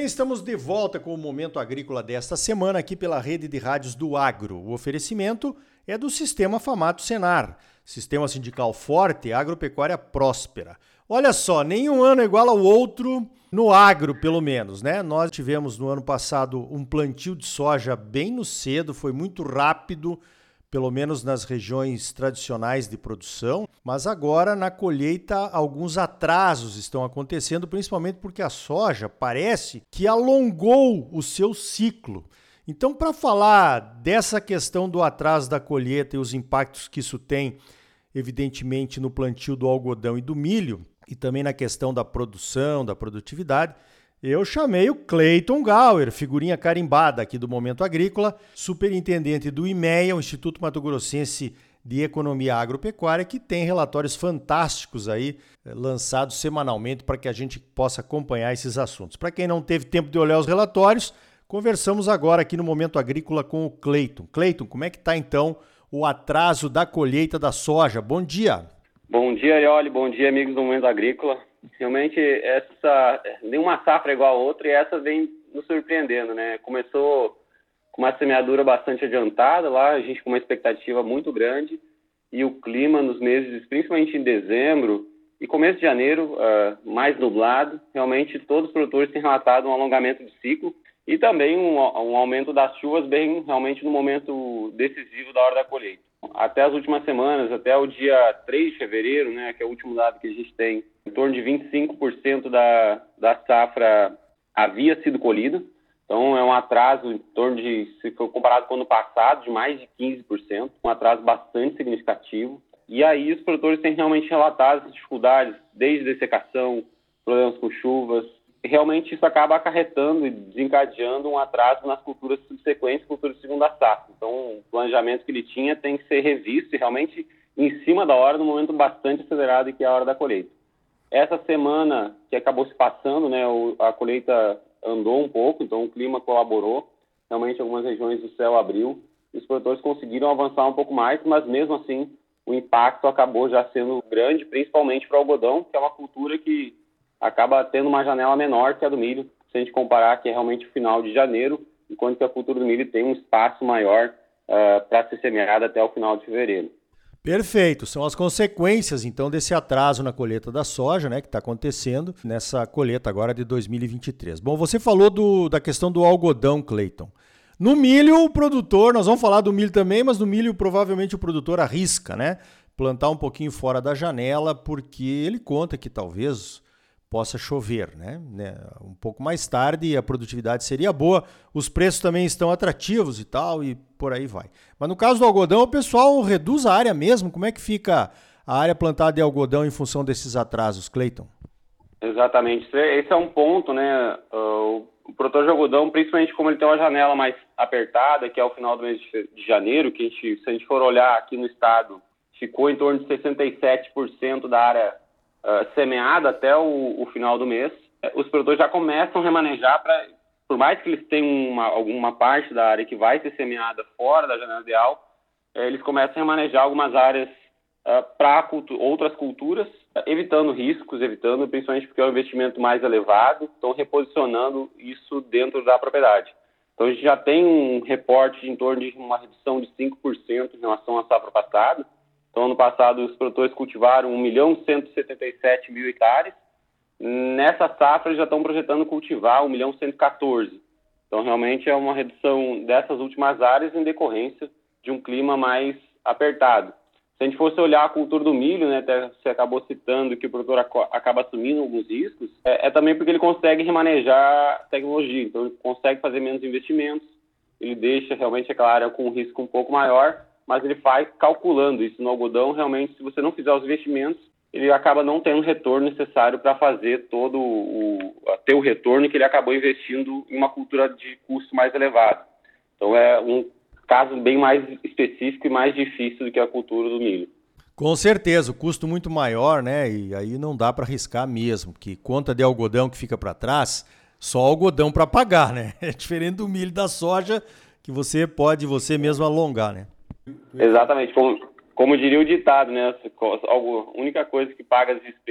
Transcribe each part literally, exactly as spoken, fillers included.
bem, estamos de volta com o Momento Agrícola desta semana aqui pela Rede de Rádios do Agro. O oferecimento é do Sistema Famato Senar, Sistema Sindical Forte, Agropecuária Próspera. Olha só, nenhum ano é igual ao outro no agro, pelo menos, né? Nós tivemos no ano passado um plantio de soja bem no cedo, foi muito rápido, pelo menos nas regiões tradicionais de produção, mas agora na colheita alguns atrasos estão acontecendo, principalmente porque a soja parece que alongou o seu ciclo. Então, para falar dessa questão do atraso da colheita e os impactos que isso tem, evidentemente, no plantio do algodão e do milho, e também na questão da produção, da produtividade, eu chamei o Cleiton Gauer, figurinha carimbada aqui do Momento Agrícola, superintendente do I M E A, o Instituto Mato Grossense de Economia Agropecuária, que tem relatórios fantásticos aí, lançados semanalmente para que a gente possa acompanhar esses assuntos. Para quem não teve tempo de olhar os relatórios, conversamos agora aqui no Momento Agrícola com o Cleiton. Cleiton, como é que está então o atraso da colheita da soja? Bom dia. Bom dia, Arioli. Bom dia, amigos do Momento Agrícola. Realmente, essa, nenhuma safra é igual a outra e essa vem nos surpreendendo, né? Começou com uma semeadura bastante adiantada lá, a gente com uma expectativa muito grande e o clima nos meses, principalmente em dezembro e começo de janeiro, uh, mais nublado. Realmente, todos os produtores têm relatado um alongamento de ciclo e também um, um aumento das chuvas bem realmente no momento decisivo da hora da colheita. Até as últimas semanas, até o dia três de fevereiro, né, que é o último dado que a gente tem, em torno de vinte e cinco por cento da, da safra havia sido colhida. Então, é um atraso em torno de, se for comparado com o ano passado, de mais de quinze por cento, um atraso bastante significativo. E aí, os produtores têm realmente relatado essas dificuldades, desde dessecação, problemas com chuvas. Realmente, isso acaba acarretando e desencadeando um atraso nas culturas subsequentes, culturas de segunda safra. Então, o planejamento que ele tinha tem que ser revisto e realmente em cima da hora, num momento bastante acelerado, que é a hora da colheita. Essa semana que acabou se passando, né, a colheita andou um pouco, então o clima colaborou. Realmente, algumas regiões do céu abriu e os produtores conseguiram avançar um pouco mais, mas mesmo assim, o impacto acabou já sendo grande, principalmente para o algodão, que é uma cultura que acaba tendo uma janela menor que a do milho, se a gente comparar que é realmente o final de janeiro, enquanto que a cultura do milho tem um espaço maior uh, para ser semeada até o final de fevereiro. Perfeito, são as consequências então desse atraso na colheita da soja, né, que está acontecendo nessa colheita agora de dois mil e vinte e três. Bom, você falou do, da questão do algodão, Cleiton. No milho, o produtor, nós vamos falar do milho também, mas no milho provavelmente o produtor arrisca, né, plantar um pouquinho fora da janela, porque ele conta que talvez possa chover, né? Um pouco mais tarde a produtividade seria boa, os preços também estão atrativos e tal, e por aí vai. Mas no caso do algodão, o pessoal reduz a área mesmo. Como é que fica a área plantada de algodão em função desses atrasos, Cleiton? Exatamente, esse é um ponto, né? O produtor de algodão, principalmente como ele tem uma janela mais apertada, que é o final do mês de janeiro, que a gente, se a gente for olhar aqui no estado, ficou em torno de sessenta e sete por cento da área Uh, semeada até o, o final do mês, os produtores já começam a remanejar, pra, por mais que eles tenham uma, alguma parte da área que vai ser semeada fora da janela ideal, eh, eles começam a remanejar algumas áreas uh, para cultu- outras culturas, uh, evitando riscos, evitando, principalmente porque é um investimento mais elevado, estão reposicionando isso dentro da propriedade. Então a gente já tem um reporte de em torno de uma redução de cinco por cento em relação à safra passada. Então, ano passado, os produtores cultivaram um milhão cento e setenta e sete mil hectares. Nessa safra, eles já estão projetando cultivar um milhão cento e quatorze. Então, realmente, é uma redução dessas últimas áreas em decorrência de um clima mais apertado. Se a gente fosse olhar a cultura do milho, né, até você acabou citando que o produtor ac- acaba assumindo alguns riscos, é, é também porque ele consegue remanejar tecnologia. Então, ele consegue fazer menos investimentos, ele deixa realmente aquela área com um risco um pouco maior, mas ele faz calculando isso no algodão. Realmente, se você não fizer os investimentos, ele acaba não tendo o retorno necessário para fazer todo o, ter o retorno que ele acabou investindo em uma cultura de custo mais elevado. Então, é um caso bem mais específico e mais difícil do que a cultura do milho. Com certeza, o custo muito maior, né? E aí não dá para arriscar mesmo, que conta de algodão que fica para trás, só algodão para pagar, né? É diferente do milho e da soja, que você pode você mesmo alongar, né? Exatamente, como, como diria o ditado, né? A única coisa que paga as despesas, que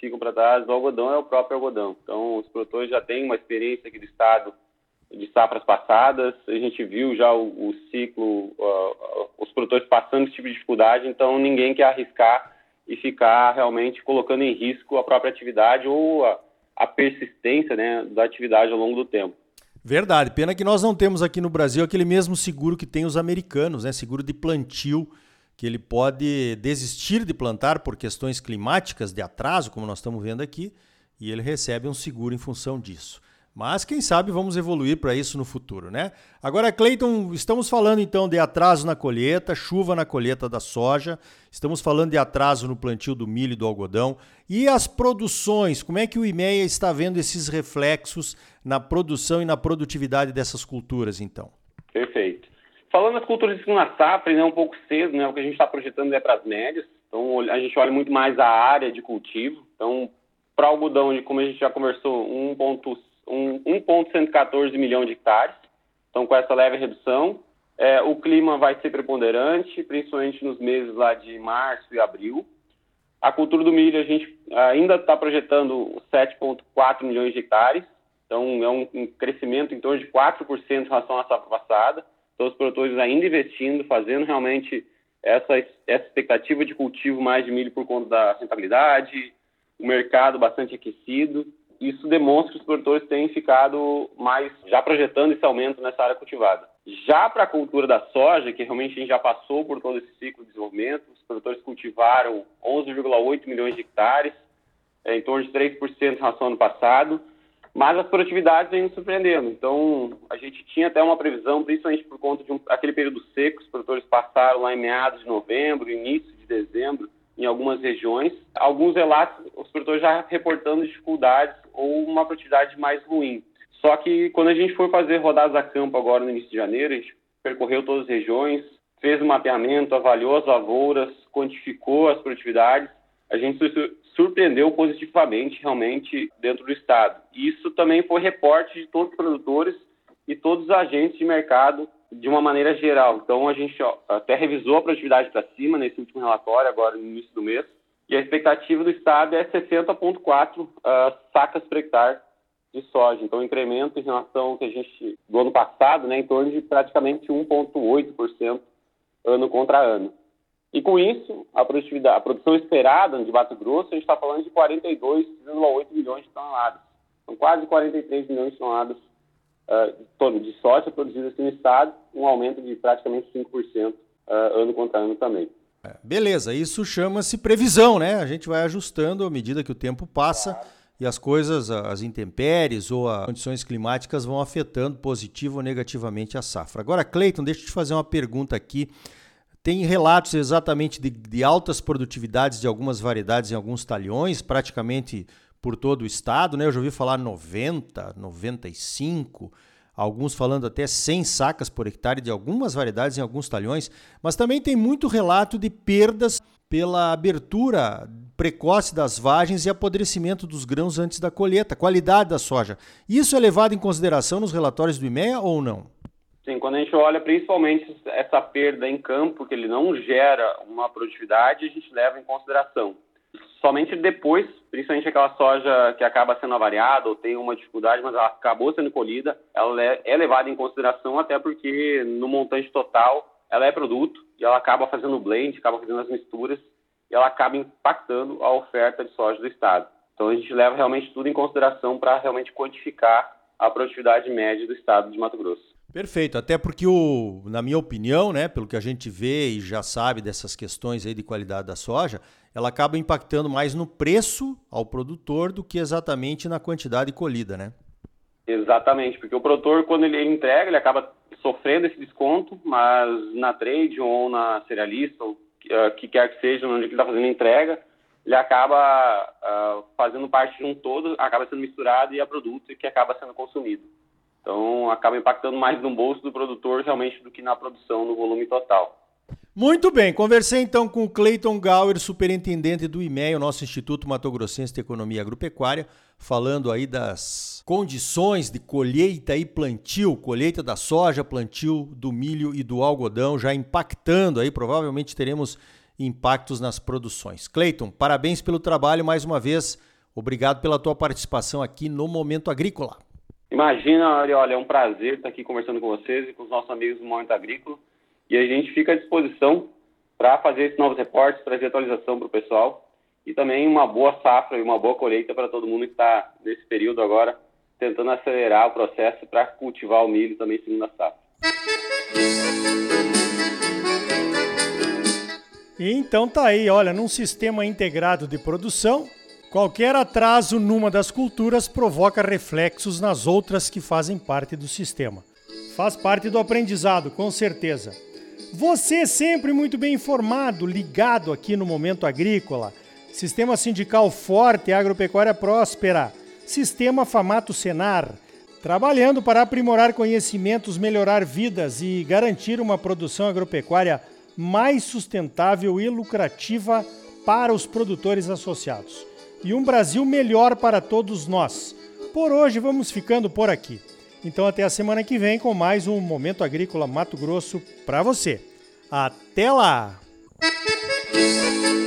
ficam para trás do algodão é o próprio algodão. Então, os produtores já têm uma experiência aqui do estado de safras passadas, a gente viu já o, o ciclo, uh, os produtores passando esse tipo de dificuldade, então ninguém quer arriscar e ficar realmente colocando em risco a própria atividade ou a, a persistência, né, da atividade ao longo do tempo. Verdade, pena que nós não temos aqui no Brasil aquele mesmo seguro que tem os americanos, né? Seguro de plantio, que ele pode desistir de plantar por questões climáticas, de atraso, como nós estamos vendo aqui, e ele recebe um seguro em função disso. Mas quem sabe vamos evoluir para isso no futuro, né? Agora, Cleiton, estamos falando então de atraso na colheita, chuva na colheita da soja, estamos falando de atraso no plantio do milho e do algodão. E as produções, como é que o IMEA está vendo esses reflexos na produção e na produtividade dessas culturas, então? Perfeito. Falando das culturas de segunda safra, é um pouco cedo, né? O que a gente está projetando é para as médias, então a gente olha muito mais a área de cultivo. Então, para o algodão, como a gente já conversou, um ponto um vírgula cento e quatorze milhão de hectares, então com essa leve redução. É, o clima vai ser preponderante, principalmente nos meses lá de março e abril. A cultura do milho a gente ainda está projetando sete vírgula quatro milhões de hectares, então é um, um crescimento em torno de quatro por cento em relação à safra passada. Então os produtores ainda investindo, fazendo realmente essa, essa expectativa de cultivo mais de milho por conta da rentabilidade, o mercado bastante aquecido. Isso demonstra que os produtores têm ficado mais, já projetando esse aumento nessa área cultivada. Já para a cultura da soja, que realmente a gente já passou por todo esse ciclo de desenvolvimento, os produtores cultivaram onze vírgula oito milhões de hectares, é, em torno de três por cento em relação ao ano passado, mas as produtividades vêm nos surpreendendo. Então, a gente tinha até uma previsão, principalmente por conta de um, aquele período seco, os produtores passaram lá em meados de novembro, início de dezembro, em algumas regiões. Alguns relatos, os produtores já reportando dificuldades ou uma produtividade mais ruim. Só que quando a gente foi fazer rodadas a campo agora no início de janeiro, a gente percorreu todas as regiões, fez um mapeamento, avaliou as lavouras, quantificou as produtividades, a gente surpreendeu positivamente realmente dentro do estado. Isso também foi reporte de todos os produtores e todos os agentes de mercado de uma maneira geral. Então, a gente ó, até revisou a produtividade para cima nesse último relatório, agora no início do mês, e a expectativa do estado é sessenta vírgula quatro uh, sacas por hectare de soja. Então, incremento em relação ao que a gente, do ano passado, né, em torno de praticamente um vírgula oito por cento ano contra ano. E com isso, a produtividade, a produção esperada de Mato Grosso, a gente está falando de quarenta e dois vírgula oito milhões de toneladas. São quase quarenta e três milhões de toneladas uh, de soja produzidas aqui no estado, um aumento de praticamente cinco por cento uh, ano contra ano também. Beleza, isso chama-se previsão, né? A gente vai ajustando à medida que o tempo passa claro. E as coisas, as intempéries ou as condições climáticas vão afetando positivo ou negativamente a safra. Agora, Cleiton, deixa eu te fazer uma pergunta aqui. Tem relatos exatamente de, de altas produtividades de algumas variedades em alguns talhões, praticamente por todo o estado, né? Eu já ouvi falar noventa, noventa e cinco, alguns falando até cem sacas por hectare de algumas variedades em alguns talhões, mas também tem muito relato de perdas pela abertura precoce das vagens e apodrecimento dos grãos antes da colheita, qualidade da soja. Isso é levado em consideração nos relatórios do IMEA ou não? Sim, quando a gente olha principalmente essa perda em campo, que ele não gera uma produtividade, a gente leva em consideração. Somente depois, principalmente aquela soja que acaba sendo avariada ou tem uma dificuldade, mas ela acabou sendo colhida, ela é levada em consideração até porque no montante total ela é produto e ela acaba fazendo o blend, acaba fazendo as misturas e ela acaba impactando a oferta de soja do estado. Então a gente leva realmente tudo em consideração para realmente quantificar a produtividade média do estado de Mato Grosso. Perfeito, até porque, o, na minha opinião, né, pelo que a gente vê e já sabe dessas questões aí de qualidade da soja, ela acaba impactando mais no preço ao produtor do que exatamente na quantidade colhida, né? Exatamente, porque o produtor, quando ele entrega, ele acaba sofrendo esse desconto, mas na trade ou na cerealista, ou uh, que quer que seja, onde ele está fazendo entrega, ele acaba uh, fazendo parte de um todo, acaba sendo misturado e é produto que acaba sendo consumido. Então, acaba impactando mais no bolso do produtor realmente do que na produção, no volume total. Muito bem, conversei então com o Cleiton Gauer, superintendente do IMEA, o nosso Instituto Mato Grossense de Economia Agropecuária, falando aí das condições de colheita e plantio, colheita da soja, plantio do milho e do algodão, já impactando aí, provavelmente teremos impactos nas produções. Cleiton, parabéns pelo trabalho mais uma vez, Obrigado pela tua participação aqui no Momento Agrícola. Imagina, olha, é um prazer estar aqui conversando com vocês e com os nossos amigos do Momento Agrícola. E a gente fica à disposição para fazer esses novos reportes, trazer atualização para o pessoal e também uma boa safra e uma boa colheita para todo mundo que está nesse período agora tentando acelerar o processo para cultivar o milho também segunda safra. Então tá aí, olha, num sistema integrado de produção, qualquer atraso numa das culturas provoca reflexos nas outras que fazem parte do sistema. Faz parte do aprendizado, com certeza. Você sempre muito bem informado, ligado aqui no Momento Agrícola. Sistema sindical forte, agropecuária próspera. Sistema Famato Senar. Trabalhando para aprimorar conhecimentos, melhorar vidas e garantir uma produção agropecuária mais sustentável e lucrativa para os produtores associados. E um Brasil melhor para todos nós. Por hoje vamos ficando por aqui. Então até a semana que vem com mais um Momento Agrícola Mato Grosso para você. Até lá!